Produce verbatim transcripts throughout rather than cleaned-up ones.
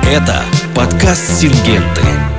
Это подкаст «Сингенты».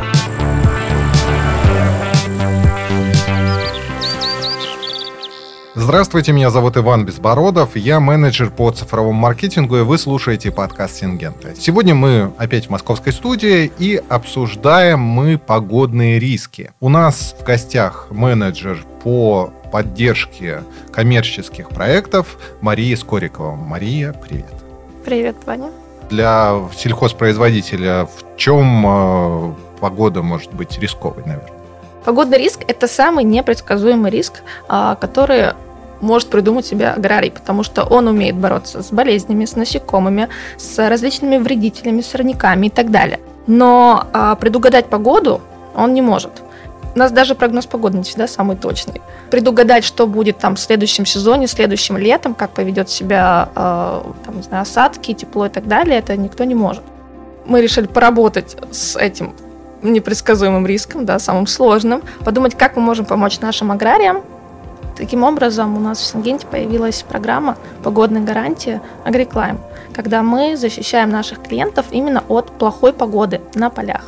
Здравствуйте, меня зовут Иван Безбородов, я менеджер по цифровому маркетингу, и вы слушаете подкаст «Сингенты». Сегодня мы опять в московской студии и обсуждаем мы погодные риски. У нас в гостях менеджер по поддержке коммерческих проектов Мария Скорикова. Мария, привет. Привет, Ваня. Для сельхозпроизводителя в чем э, погода может быть рисковой, наверное? Погодный риск – это самый непредсказуемый риск, который может придумать себе аграрий, потому что он умеет бороться с болезнями, с насекомыми, с различными вредителями, сорняками и так далее. Но предугадать погоду он не может. У нас даже прогноз погоды не всегда самый точный. Предугадать, что будет там в следующем сезоне, следующим летом, как поведет себя там, не знаю, осадки, тепло и так далее, это никто не может. Мы решили поработать с этим непредсказуемым риском, да, самым сложным, подумать, как мы можем помочь нашим аграриям. Таким образом, у нас в Сингенте появилась программа «Погодная гарантия AgriClime», когда мы защищаем наших клиентов именно от плохой погоды на полях.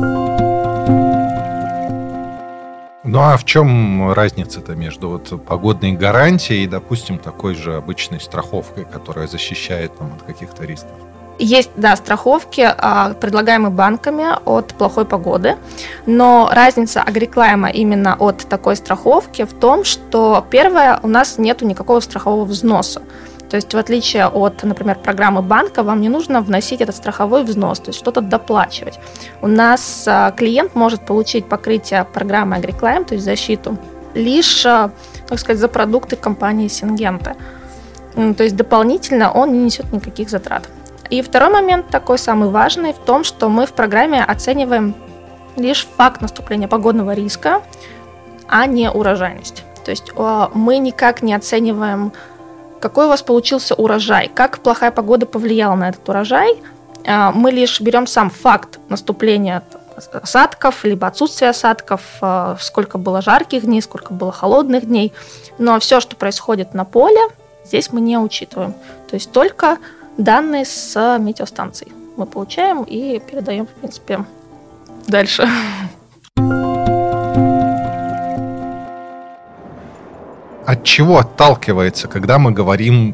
Ну а в чем разница-то между вот погодной гарантией и, допустим, такой же обычной страховкой, которая защищает там, от каких-то рисков? Есть, да, страховки, предлагаемые банками от плохой погоды, но разница AgriClime именно от такой страховки в том, что, первое, у нас нет никакого страхового взноса. То есть, в отличие от, например, программы банка, вам не нужно вносить этот страховой взнос, то есть что-то доплачивать. У нас клиент может получить покрытие программы AgriClime, то есть защиту, лишь, так сказать, за продукты компании Сингента. То есть, дополнительно он не несет никаких затрат. И второй момент, такой самый важный, в том, что мы в программе оцениваем лишь факт наступления погодного риска, а не урожайность. То есть мы никак не оцениваем, какой у вас получился урожай, как плохая погода повлияла на этот урожай. Мы лишь берем сам факт наступления осадков, либо отсутствия осадков, сколько было жарких дней, сколько было холодных дней. Но все, что происходит на поле, здесь мы не учитываем. То есть только данные с метеостанций мы получаем и передаем, в принципе, дальше. От чего отталкивается, когда мы говорим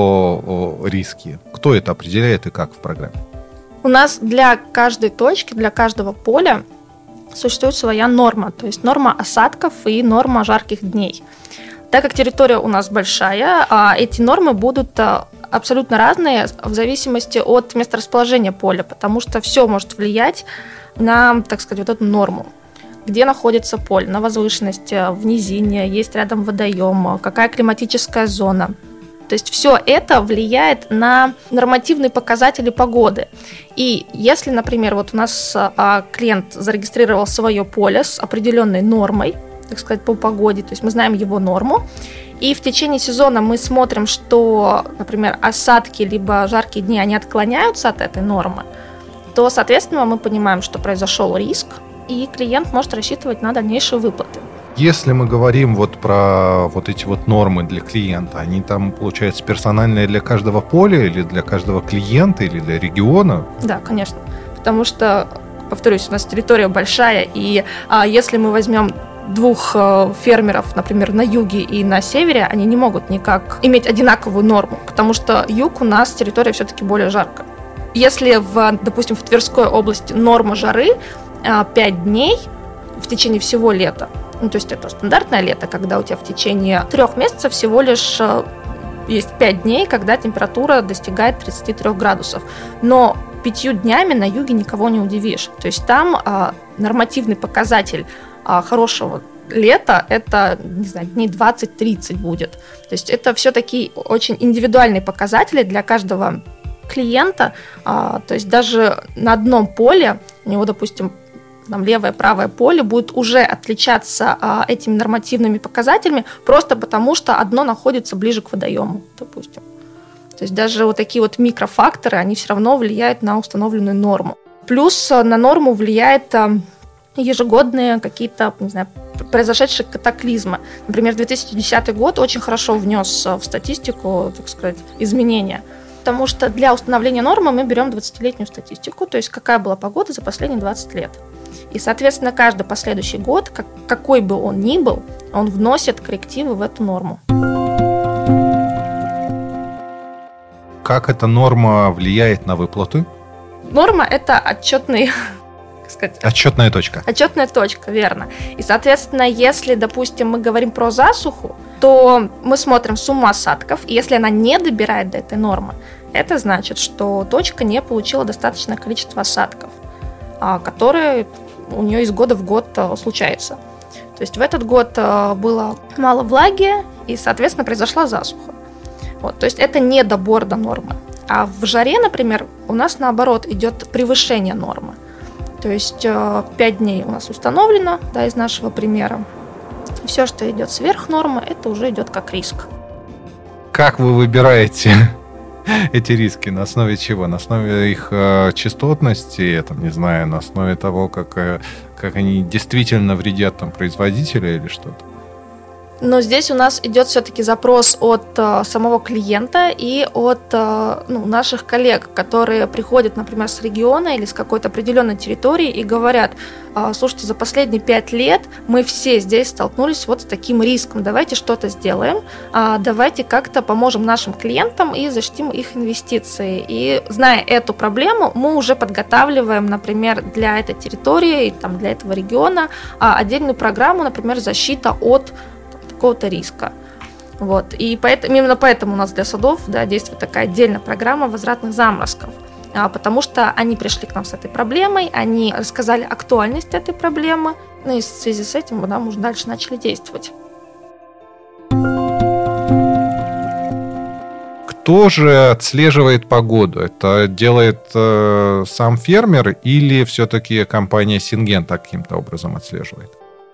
про риски? Кто это определяет и как в программе? У нас для каждой точки, для каждого поля существует своя норма, то есть норма осадков и норма жарких дней. Так как территория у нас большая, эти нормы будут абсолютно разные в зависимости от месторасположения поля, потому что все может влиять на, так сказать, вот эту норму. Где находится поле, на возвышенности, в низине, есть рядом водоем, какая климатическая зона. То есть все это влияет на нормативные показатели погоды. И если, например, вот у нас клиент зарегистрировал свое поле с определенной нормой, так сказать, по погоде, то есть мы знаем его норму, и в течение сезона мы смотрим, что, например, осадки либо жаркие дни, они отклоняются от этой нормы, то, соответственно, мы понимаем, что произошел риск, и клиент может рассчитывать на дальнейшие выплаты. Если мы говорим вот про вот эти вот нормы для клиента, они там, получается, персональные для каждого поля или для каждого клиента или для региона? Да, конечно, потому что, повторюсь, у нас территория большая, и а, если мы возьмем двух фермеров, например, на юге и на севере, они не могут никак иметь одинаковую норму, потому что юг у нас территория все-таки более жаркая. Если, в, допустим, в Тверской области норма жары пять дней в течение всего лета, ну, то есть это стандартное лето, когда у тебя в течение трех месяцев всего лишь есть пять дней, когда температура достигает тридцать три градусов. Но пятью днями на юге никого не удивишь. То есть там а, нормативный показатель а, хорошего лета это, не знаю, дней двадцать-тридцать будет. То есть это все-таки очень индивидуальные показатели для каждого клиента. А, то есть даже на одном поле у него, допустим, там левое, правое поле будет уже отличаться а, этими нормативными показателями просто потому, что одно находится ближе к водоему, допустим. То есть даже вот такие вот микрофакторы, они все равно влияют на установленную норму. Плюс на норму влияет а, ежегодные какие-то, не знаю, произошедшие катаклизмы. Например, две тысячи десятый год очень хорошо внес в статистику, так сказать, изменения. Потому что для установления нормы мы берем двадцатилетнюю статистику, то есть какая была погода за последние двадцать лет. И, соответственно, каждый последующий год, как, какой бы он ни был, он вносит коррективы в эту норму. Как эта норма влияет на выплаты? Норма – это отчетный... Сказать, отчетная точка. Отчетная точка, верно. И, соответственно, если, допустим, мы говорим про засуху, то мы смотрим сумму осадков, и если она не добирает до этой нормы, это значит, что точка не получила достаточное количество осадков, которые у нее из года в год случаются. То есть в этот год было мало влаги, и, соответственно, произошла засуха. Вот, то есть это не добор до нормы. А в жаре, например, у нас, наоборот, идет превышение нормы. То есть пять дней у нас установлено, да, из нашего примера. Все, что идет сверх нормы, это уже идет как риск. Как вы выбираете эти риски? На основе чего? На основе их э, частотности, я там не знаю, на основе того, как, э, как они действительно вредят там производителю или что-то? Но здесь у нас идет все-таки запрос от э, самого клиента и от э, ну, наших коллег, которые приходят, например, с региона или с какой-то определенной территории и говорят: слушайте, за последние пять лет мы все здесь столкнулись вот с таким риском, давайте что-то сделаем, давайте как-то поможем нашим клиентам и защитим их инвестиции. И зная эту проблему, мы уже подготавливаем, например, для этой территории, там, для этого региона отдельную программу, например, защита от какого-то риска. Вот. И поэтому, именно поэтому у нас для садов, да, действует такая отдельная программа возвратных заморозков, потому что они пришли к нам с этой проблемой, они рассказали актуальность этой проблемы, ну и в связи с этим, да, мы уже дальше начали действовать. Кто же отслеживает погоду? Это делает э, сам фермер или все-таки компания Syngenta каким-то образом отслеживает?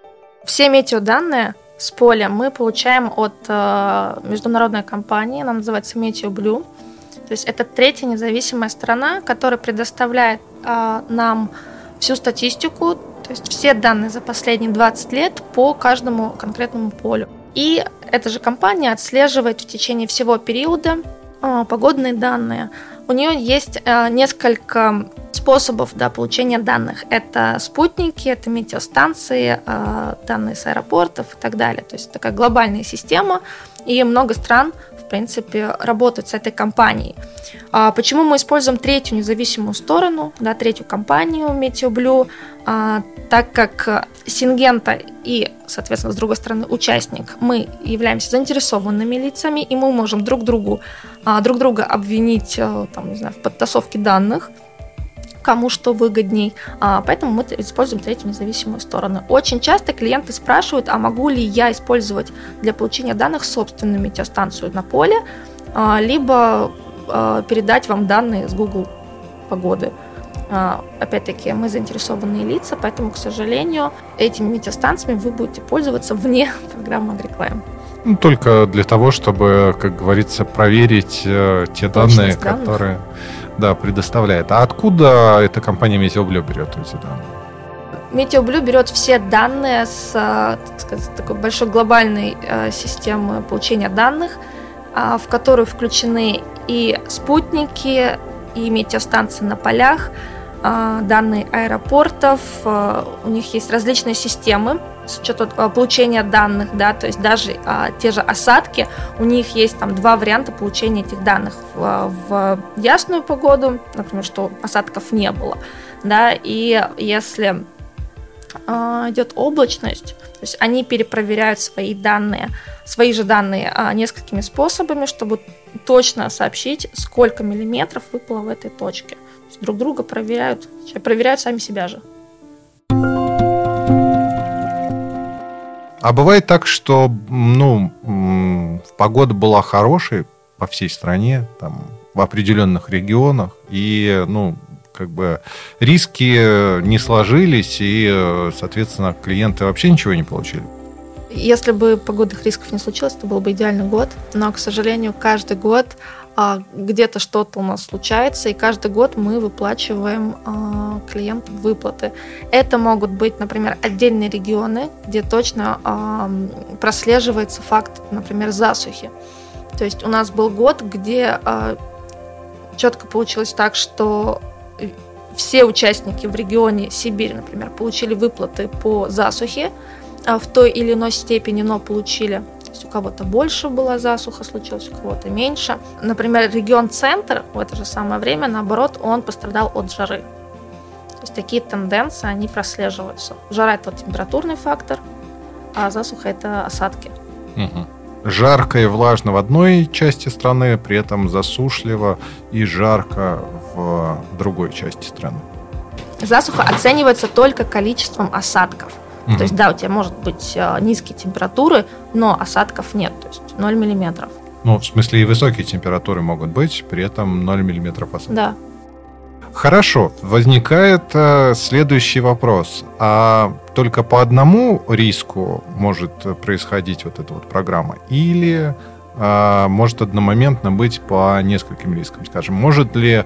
Все метеоданные с поля мы получаем от э, международной компании, она называется MeteoBlue. То есть это третья независимая сторона, которая предоставляет э, нам всю статистику, то есть все данные за последние двадцать лет по каждому конкретному полю. И эта же компания отслеживает в течение всего периода э, погодные данные. У нее есть э, несколько способов, да, получения данных. Это спутники, это метеостанции, э, данные с аэропортов и так далее. То есть такая глобальная система, и много стран, в принципе, работают с этой компанией. А почему мы используем третью независимую сторону, да, третью компанию MeteoBlue? А, так как Syngenta и, соответственно, с другой стороны, участник, мы являемся заинтересованными лицами, и мы можем друг другу, а, друг друга обвинить, там, не знаю, в подтасовке данных, кому что выгодней, а, поэтому мы используем третью независимую сторону. Очень часто клиенты спрашивают, а могу ли я использовать для получения данных собственную метеостанцию на поле, а, либо а, передать вам данные с Google погоды. А, опять-таки, мы заинтересованные лица, поэтому, к сожалению, этими метеостанциями вы будете пользоваться вне программы AgriClimate. Ну, только для того, чтобы, как говорится, проверить э, те данные, которые... Да, предоставляет. А откуда эта компания MeteoBlue берет эти данные? MeteoBlue берет все данные с, так сказать, такой большой глобальной э, системы получения данных, э, в которую включены и спутники, и метеостанции на полях, э, данные аэропортов. Э, у них есть различные системы с учетом э, получения данных, да, то есть даже э, те же осадки, у них есть там два варианта получения этих данных: в, в ясную погоду, например, что осадков не было, да, и если э, идет облачность, то есть они перепроверяют свои данные, свои же данные э, несколькими способами, чтобы точно сообщить, сколько миллиметров выпало в этой точке. То есть друг друга проверяют, проверяют сами себя же. А бывает так, что, ну, погода была хорошей по всей стране, там, в определенных регионах, и, ну, как бы риски не сложились, и, соответственно, клиенты вообще ничего не получили. Если бы погодных рисков не случилось, то был бы идеальный год, но, к сожалению, каждый год а, где-то что-то у нас случается, и каждый год мы выплачиваем а, клиентам выплаты. Это могут быть, например, отдельные регионы, где точно а, прослеживается факт, например, засухи. То есть у нас был год, где а, четко получилось так, что все участники в регионе Сибирь, например, получили выплаты по засухе в той или иной степени, но получили. То есть у кого-то больше была засуха, случилось, у кого-то меньше. Например, регион Центр в это же самое время, наоборот, он пострадал от жары. То есть такие тенденции, они прослеживаются. Жара – это температурный фактор, а засуха – это осадки. Угу. Жарко и влажно в одной части страны, при этом засушливо и жарко в другой части страны. Засуха оценивается только количеством осадков. Mm-hmm. То есть, да, у тебя может быть низкие температуры, но осадков нет, то есть ноль миллиметров. Ну, в смысле, и высокие температуры могут быть, при этом ноль миллиметров осадков. Да. Хорошо, возникает э, следующий вопрос. А только по одному риску может происходить вот эта вот программа? Или э, может одномоментно быть по нескольким рискам? Скажем, может ли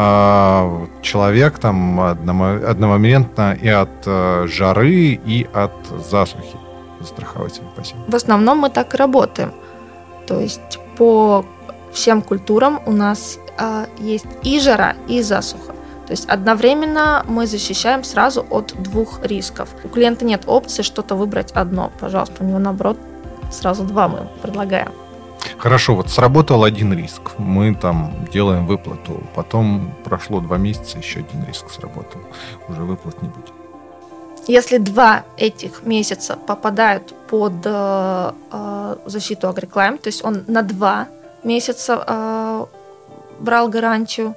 э, человек там одномо- одномоментно и от э, жары, и от засухи застраховать себя? Спасибо. В основном мы так и работаем. То есть по всем культурам у нас э, есть и жара, и засуха. То есть одновременно мы защищаем сразу от двух рисков. У клиента нет опции что-то выбрать одно. Пожалуйста, у него, наоборот, сразу два мы предлагаем. Хорошо, вот сработал один риск. Мы там делаем выплату. Потом прошло два месяца, еще один риск сработал. Уже выплат не будет. Если два этих месяца попадают под э, э, защиту Agriklime, то есть он на два месяца э, брал гарантию,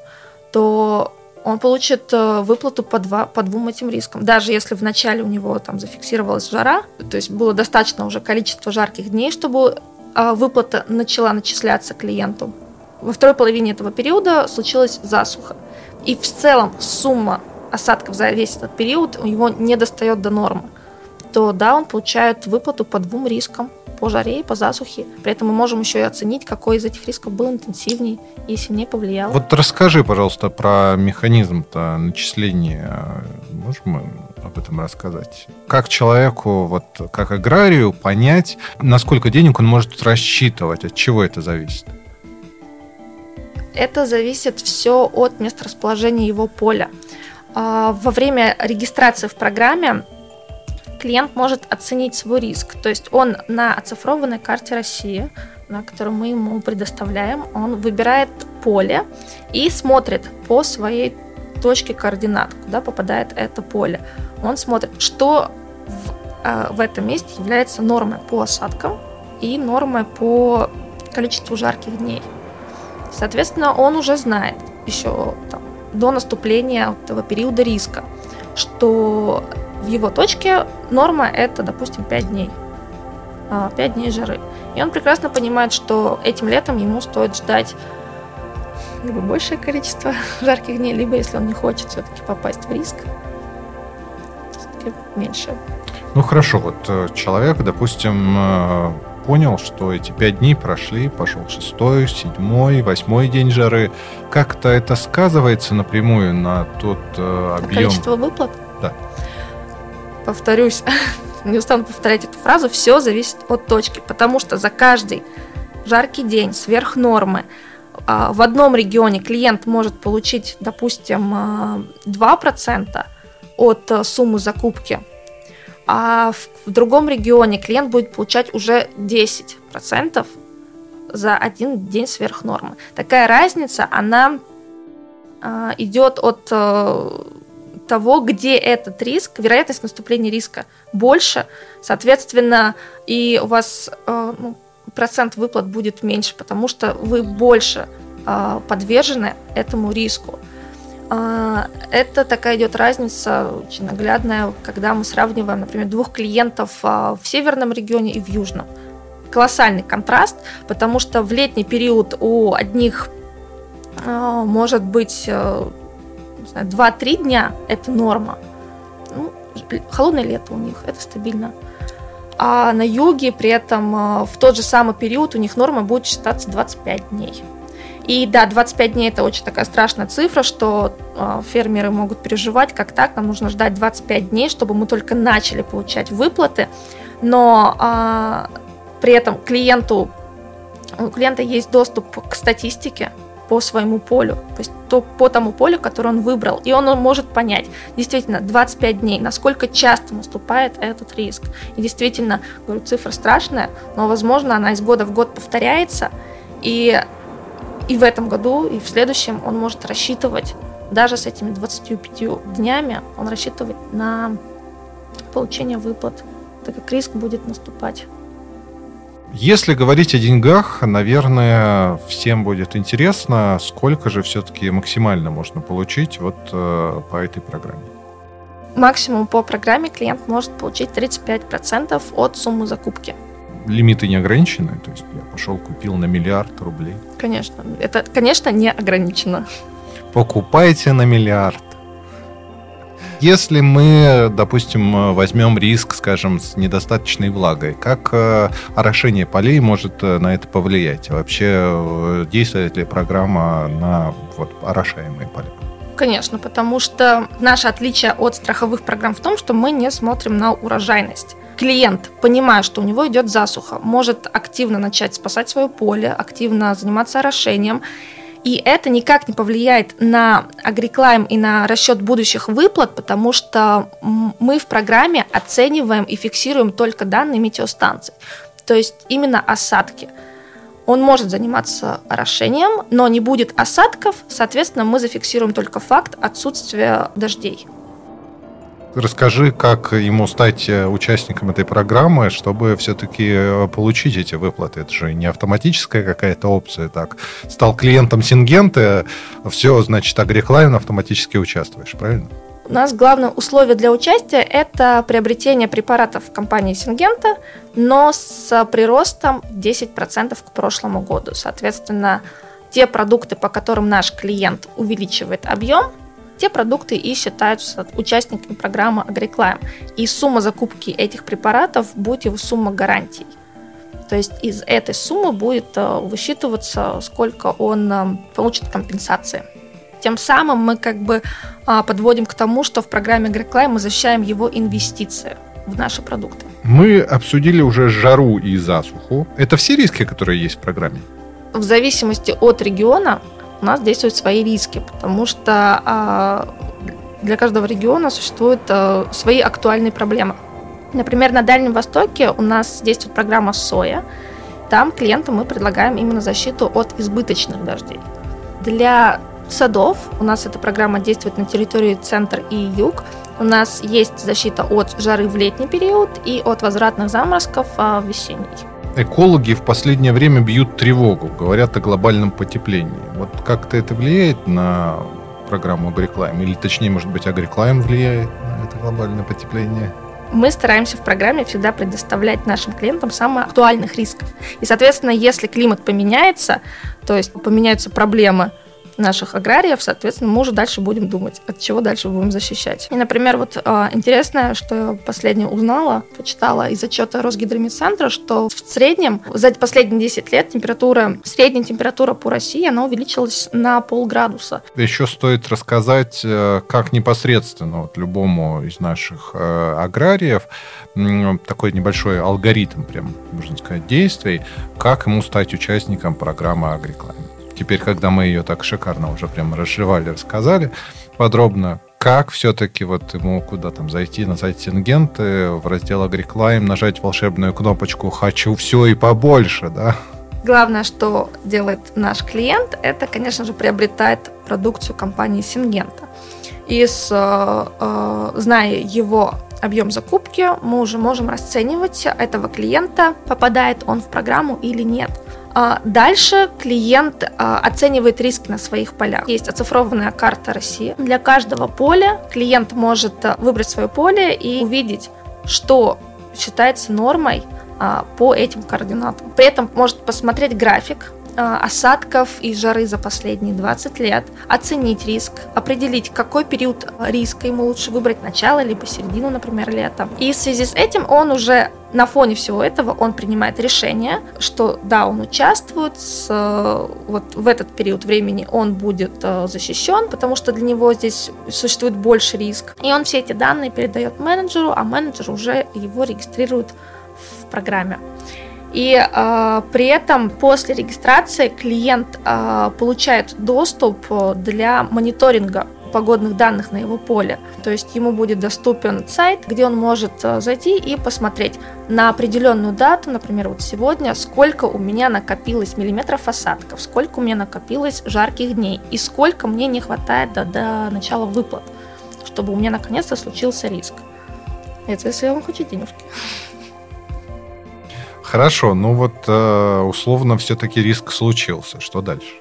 то он получит выплату по, два, по двум этим рискам. Даже если вначале у него там зафиксировалась жара, то есть было достаточно уже количество жарких дней, чтобы выплата начала начисляться клиенту. Во второй половине этого периода случилась засуха. И в целом сумма осадков за весь этот период у него не достает до нормы. То да, он получает выплату по двум рискам. По жаре и по засухе. При этом мы можем еще и оценить, какой из этих рисков был интенсивней и сильнее повлиял. Вот расскажи, пожалуйста, про механизм-то начисления. Можем об этом рассказать? Как человеку, вот как аграрию, понять, на сколько денег он может рассчитывать? От чего это зависит? Это зависит все от месторасположения его поля. Во время регистрации в программе клиент может оценить свой риск. То есть он на оцифрованной карте России, на которую мы ему предоставляем, он выбирает поле и смотрит по своей точке координат, куда попадает это поле. Он смотрит, что в, в этом месте является нормой по осадкам и нормой по количеству жарких дней. Соответственно, он уже знает еще там, до наступления этого периода риска, что в его точке норма это, допустим, пять дней. пять дней жары. И он прекрасно понимает, что этим летом ему стоит ждать либо большее количество жарких дней, либо, если он не хочет все-таки попасть в риск, все-таки меньше. Ну хорошо, вот человек, допустим, понял, что эти пять дней прошли, пошел шестой, седьмой, восьмой день жары. Как-то это сказывается напрямую на тот э, объем? Количество выплат? Да. Повторюсь, не устану повторять эту фразу, все зависит от точки, потому что за каждый жаркий день сверх нормы в одном регионе клиент может получить, допустим, два процента от суммы закупки, а в другом регионе клиент будет получать уже десять процентов за один день сверх нормы. Такая разница, она идет от того, где этот риск, вероятность наступления риска больше, соответственно, и у вас э, ну, процент выплат будет меньше, потому что вы больше э, подвержены этому риску. Э, это такая идет разница очень наглядная, когда мы сравниваем, например, двух клиентов э, в северном регионе и в южном. Колоссальный контраст, потому что в летний период у одних э, может быть э, два-три дня – это норма. Ну, холодное лето у них – это стабильно. А на юге при этом в тот же самый период у них норма будет считаться двадцать пять дней. И да, двадцать пять дней – это очень такая страшная цифра, что фермеры могут переживать, как так, нам нужно ждать двадцать пять дней, чтобы мы только начали получать выплаты. Но а, при этом клиенту, у клиента есть доступ к статистике по своему полю, то есть то, по тому полю, которое он выбрал. И он, он может понять, действительно, двадцать пять дней, насколько часто наступает этот риск. И действительно, говорю, цифра страшная, но, возможно, она из года в год повторяется, и, и в этом году, и в следующем он может рассчитывать, даже с этими двадцатью пятью днями, он рассчитывает на получение выплат, так как риск будет наступать. Если говорить о деньгах, наверное, всем будет интересно, сколько же все-таки максимально можно получить вот э, по этой программе. Максимум по программе клиент может получить тридцать пять процентов от суммы закупки. Лимиты не ограничены? То есть я пошел, купил на миллиард рублей? Конечно. Это, конечно, не ограничено. Покупайте на миллиард. Если мы, допустим, возьмем риск, скажем, с недостаточной влагой, как э, орошение полей может э, на это повлиять? Вообще, э, действует ли программа на вот, орошаемые поля? Конечно, потому что наше отличие от страховых программ в том, что мы не смотрим на урожайность. Клиент, понимая, что у него идет засуха, может активно начать спасать свое поле, активно заниматься орошением. И это никак не повлияет на агриклайм и на расчет будущих выплат, потому что мы в программе оцениваем и фиксируем только данные метеостанций, то есть именно осадки. Он может заниматься орошением, но не будет осадков, соответственно, мы зафиксируем только факт отсутствия дождей. Расскажи, как ему стать участником этой программы, чтобы все-таки получить эти выплаты. Это же не автоматическая какая-то опция. Так, стал клиентом Сингенты, все, значит, агриклайм, автоматически участвуешь, правильно? У нас главное условие для участия – это приобретение препаратов компании Сингента, но с приростом десять процентов к прошлому году. Соответственно, те продукты, по которым наш клиент увеличивает объем, те продукты и считаются участниками программы AgriClimb. И сумма закупки этих препаратов будет его сумма гарантий. То есть из этой суммы будет высчитываться, сколько он получит компенсации. Тем самым мы как бы подводим к тому, что в программе AgriClimb мы защищаем его инвестиции в наши продукты. Мы обсудили уже жару и засуху. Это все риски, которые есть в программе? В зависимости от региона у нас действуют свои риски, потому что а, для каждого региона существуют а, свои актуальные проблемы. Например, на Дальнем Востоке у нас действует программа соя. Там клиентам мы предлагаем именно защиту от избыточных дождей. Для садов у нас эта программа действует на территории центр и юг. У нас есть защита от жары в летний период и от возвратных заморозков в весенний. Экологи в последнее время бьют тревогу, говорят о глобальном потеплении. Вот как-то это влияет на программу AgriClimb? Или, точнее, может быть, AgriClimb влияет на это глобальное потепление? Мы стараемся в программе всегда предоставлять нашим клиентам самых актуальных рисков. И, соответственно, если климат поменяется, то есть поменяются проблемы наших аграриев, соответственно, мы уже дальше будем думать, от чего дальше будем защищать. И, например, вот э, интересное, что я последнее узнала, почитала из отчета Росгидромедцентра, что в среднем за последние десять лет температура, средняя температура по России, она увеличилась на полградуса. Еще стоит рассказать, как непосредственно вот любому из наших э, аграриев такой небольшой алгоритм, прям, можно сказать, действий, как ему стать участником программы AgriClimb. Теперь, когда мы ее так шикарно уже прям разжевали, рассказали подробно, как все-таки вот ему куда там зайти на сайт Сингенты, в раздел AgriClimb, нажать волшебную кнопочку «Хочу все и побольше», да? Главное, что делает наш клиент, это, конечно же, приобретает продукцию компании Сингента. И с, э, зная его объем закупки, мы уже можем расценивать этого клиента, попадает он в программу или нет. Дальше клиент оценивает риски на своих полях. Есть оцифрованная карта России. Для каждого поля клиент может выбрать свое поле и увидеть, что считается нормой по этим координатам. При этом может посмотреть график осадков и жары за последние двадцать лет, оценить риск, определить, какой период риска ему лучше выбрать, начало либо середину, например, лета. И в связи с этим он уже на фоне всего этого он принимает решение, что да, он участвует, с, вот в этот период времени он будет защищен, потому что для него здесь существует больше риск. И он все эти данные передает менеджеру, а менеджер уже его регистрирует в программе. И э, при этом после регистрации клиент э, получает доступ для мониторинга погодных данных на его поле. То есть ему будет доступен сайт, где он может зайти и посмотреть на определенную дату, например, вот сегодня, сколько у меня накопилось миллиметров осадков, сколько у меня накопилось жарких дней и сколько мне не хватает до, до начала выплат, чтобы у меня наконец-то случился риск. Это если он хочет денежки. Хорошо, ну вот условно все-таки риск случился. Что дальше?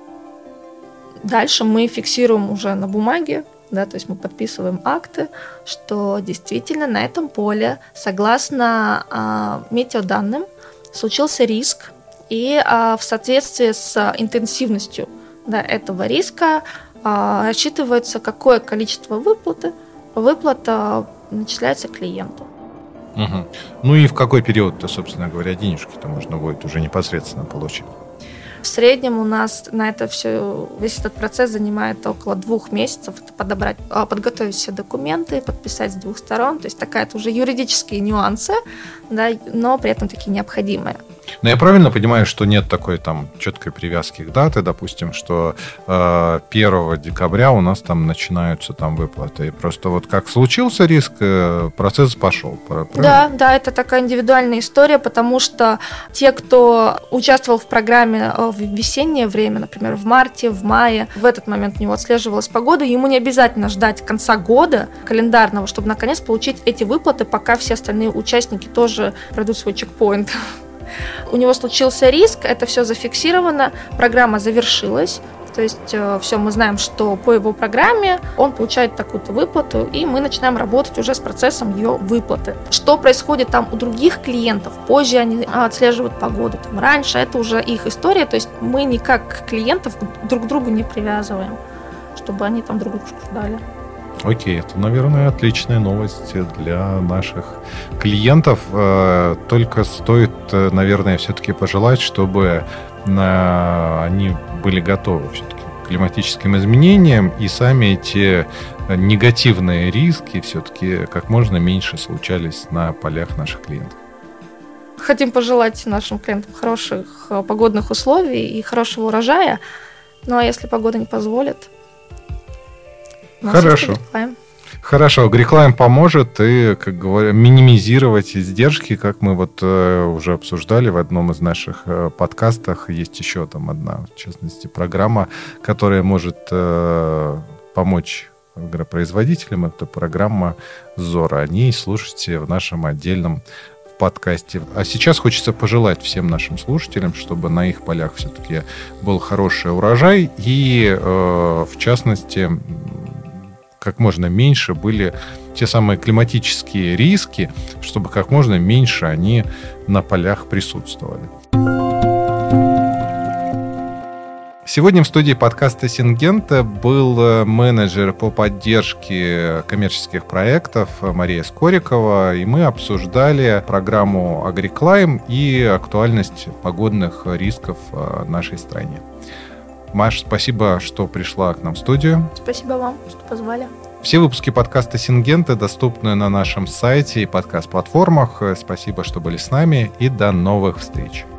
Дальше мы фиксируем уже на бумаге, да, то есть мы подписываем акты, что действительно на этом поле, согласно а, метеоданным, случился риск, и а, в соответствии с интенсивностью, да, этого риска а, рассчитывается, какое количество выплаты, выплата начисляется клиенту. Угу. Ну и в какой период-то, собственно говоря, денежки-то можно будет уже непосредственно получить? В среднем у нас на это все, весь этот процесс занимает около двух месяцев. Это подобрать, подготовить все документы, подписать с двух сторон. То есть такая уже юридические нюансы, да, но при этом такие необходимые. Но я правильно понимаю, что нет такой там четкой привязки к дате, допустим, что э, первого декабря у нас там начинаются там выплаты. И просто вот как случился риск, э, процесс пошел. Правильно? Да, да, это такая индивидуальная история, потому что те, кто участвовал в программе в весеннее время, например, в марте, в мае, в этот момент у него отслеживалась погода, ему не обязательно ждать конца года календарного, чтобы наконец получить эти выплаты, пока все остальные участники тоже пройдут свой чекпоинт. У него случился риск, это все зафиксировано, программа завершилась, то есть э, все, мы знаем, что по его программе он получает такую-то выплату, и мы начинаем работать уже с процессом ее выплаты. Что происходит там у других клиентов, позже они отслеживают погоду, там, раньше, это уже их история, то есть мы никак клиентов друг к другу не привязываем, чтобы они там друг дружку ждали. Окей, это, наверное, отличная новость для наших клиентов. Только стоит, наверное, все-таки пожелать, чтобы они были готовы все-таки к климатическим изменениям, и сами эти негативные риски все-таки как можно меньше случались на полях наших клиентов. Хотим пожелать нашим клиентам хороших погодных условий и хорошего урожая. Ну а если погода не позволит, Хорошо. Хорошо, Agriklime поможет и, как говоря, минимизировать издержки, как мы вот э, уже обсуждали в одном из наших э, подкастов. Есть еще там одна, в частности, программа, которая может э, помочь агропроизводителям. Это программа Зора. О ней слушайте в нашем отдельном подкасте. А сейчас хочется пожелать всем нашим слушателям, чтобы на их полях все-таки был хороший урожай и, э, в частности, как можно меньше были те самые климатические риски, чтобы как можно меньше они на полях присутствовали. Сегодня в студии подкаста «Сингента» был менеджер по поддержке коммерческих проектов Мария Скорикова, и мы обсуждали программу Agriklime и актуальность погодных рисков в нашей стране. Маш, спасибо, что пришла к нам в студию. Спасибо вам, что позвали. Все выпуски подкаста «Сингента» доступны на нашем сайте и подкаст-платформах. Спасибо, что были с нами, и до новых встреч.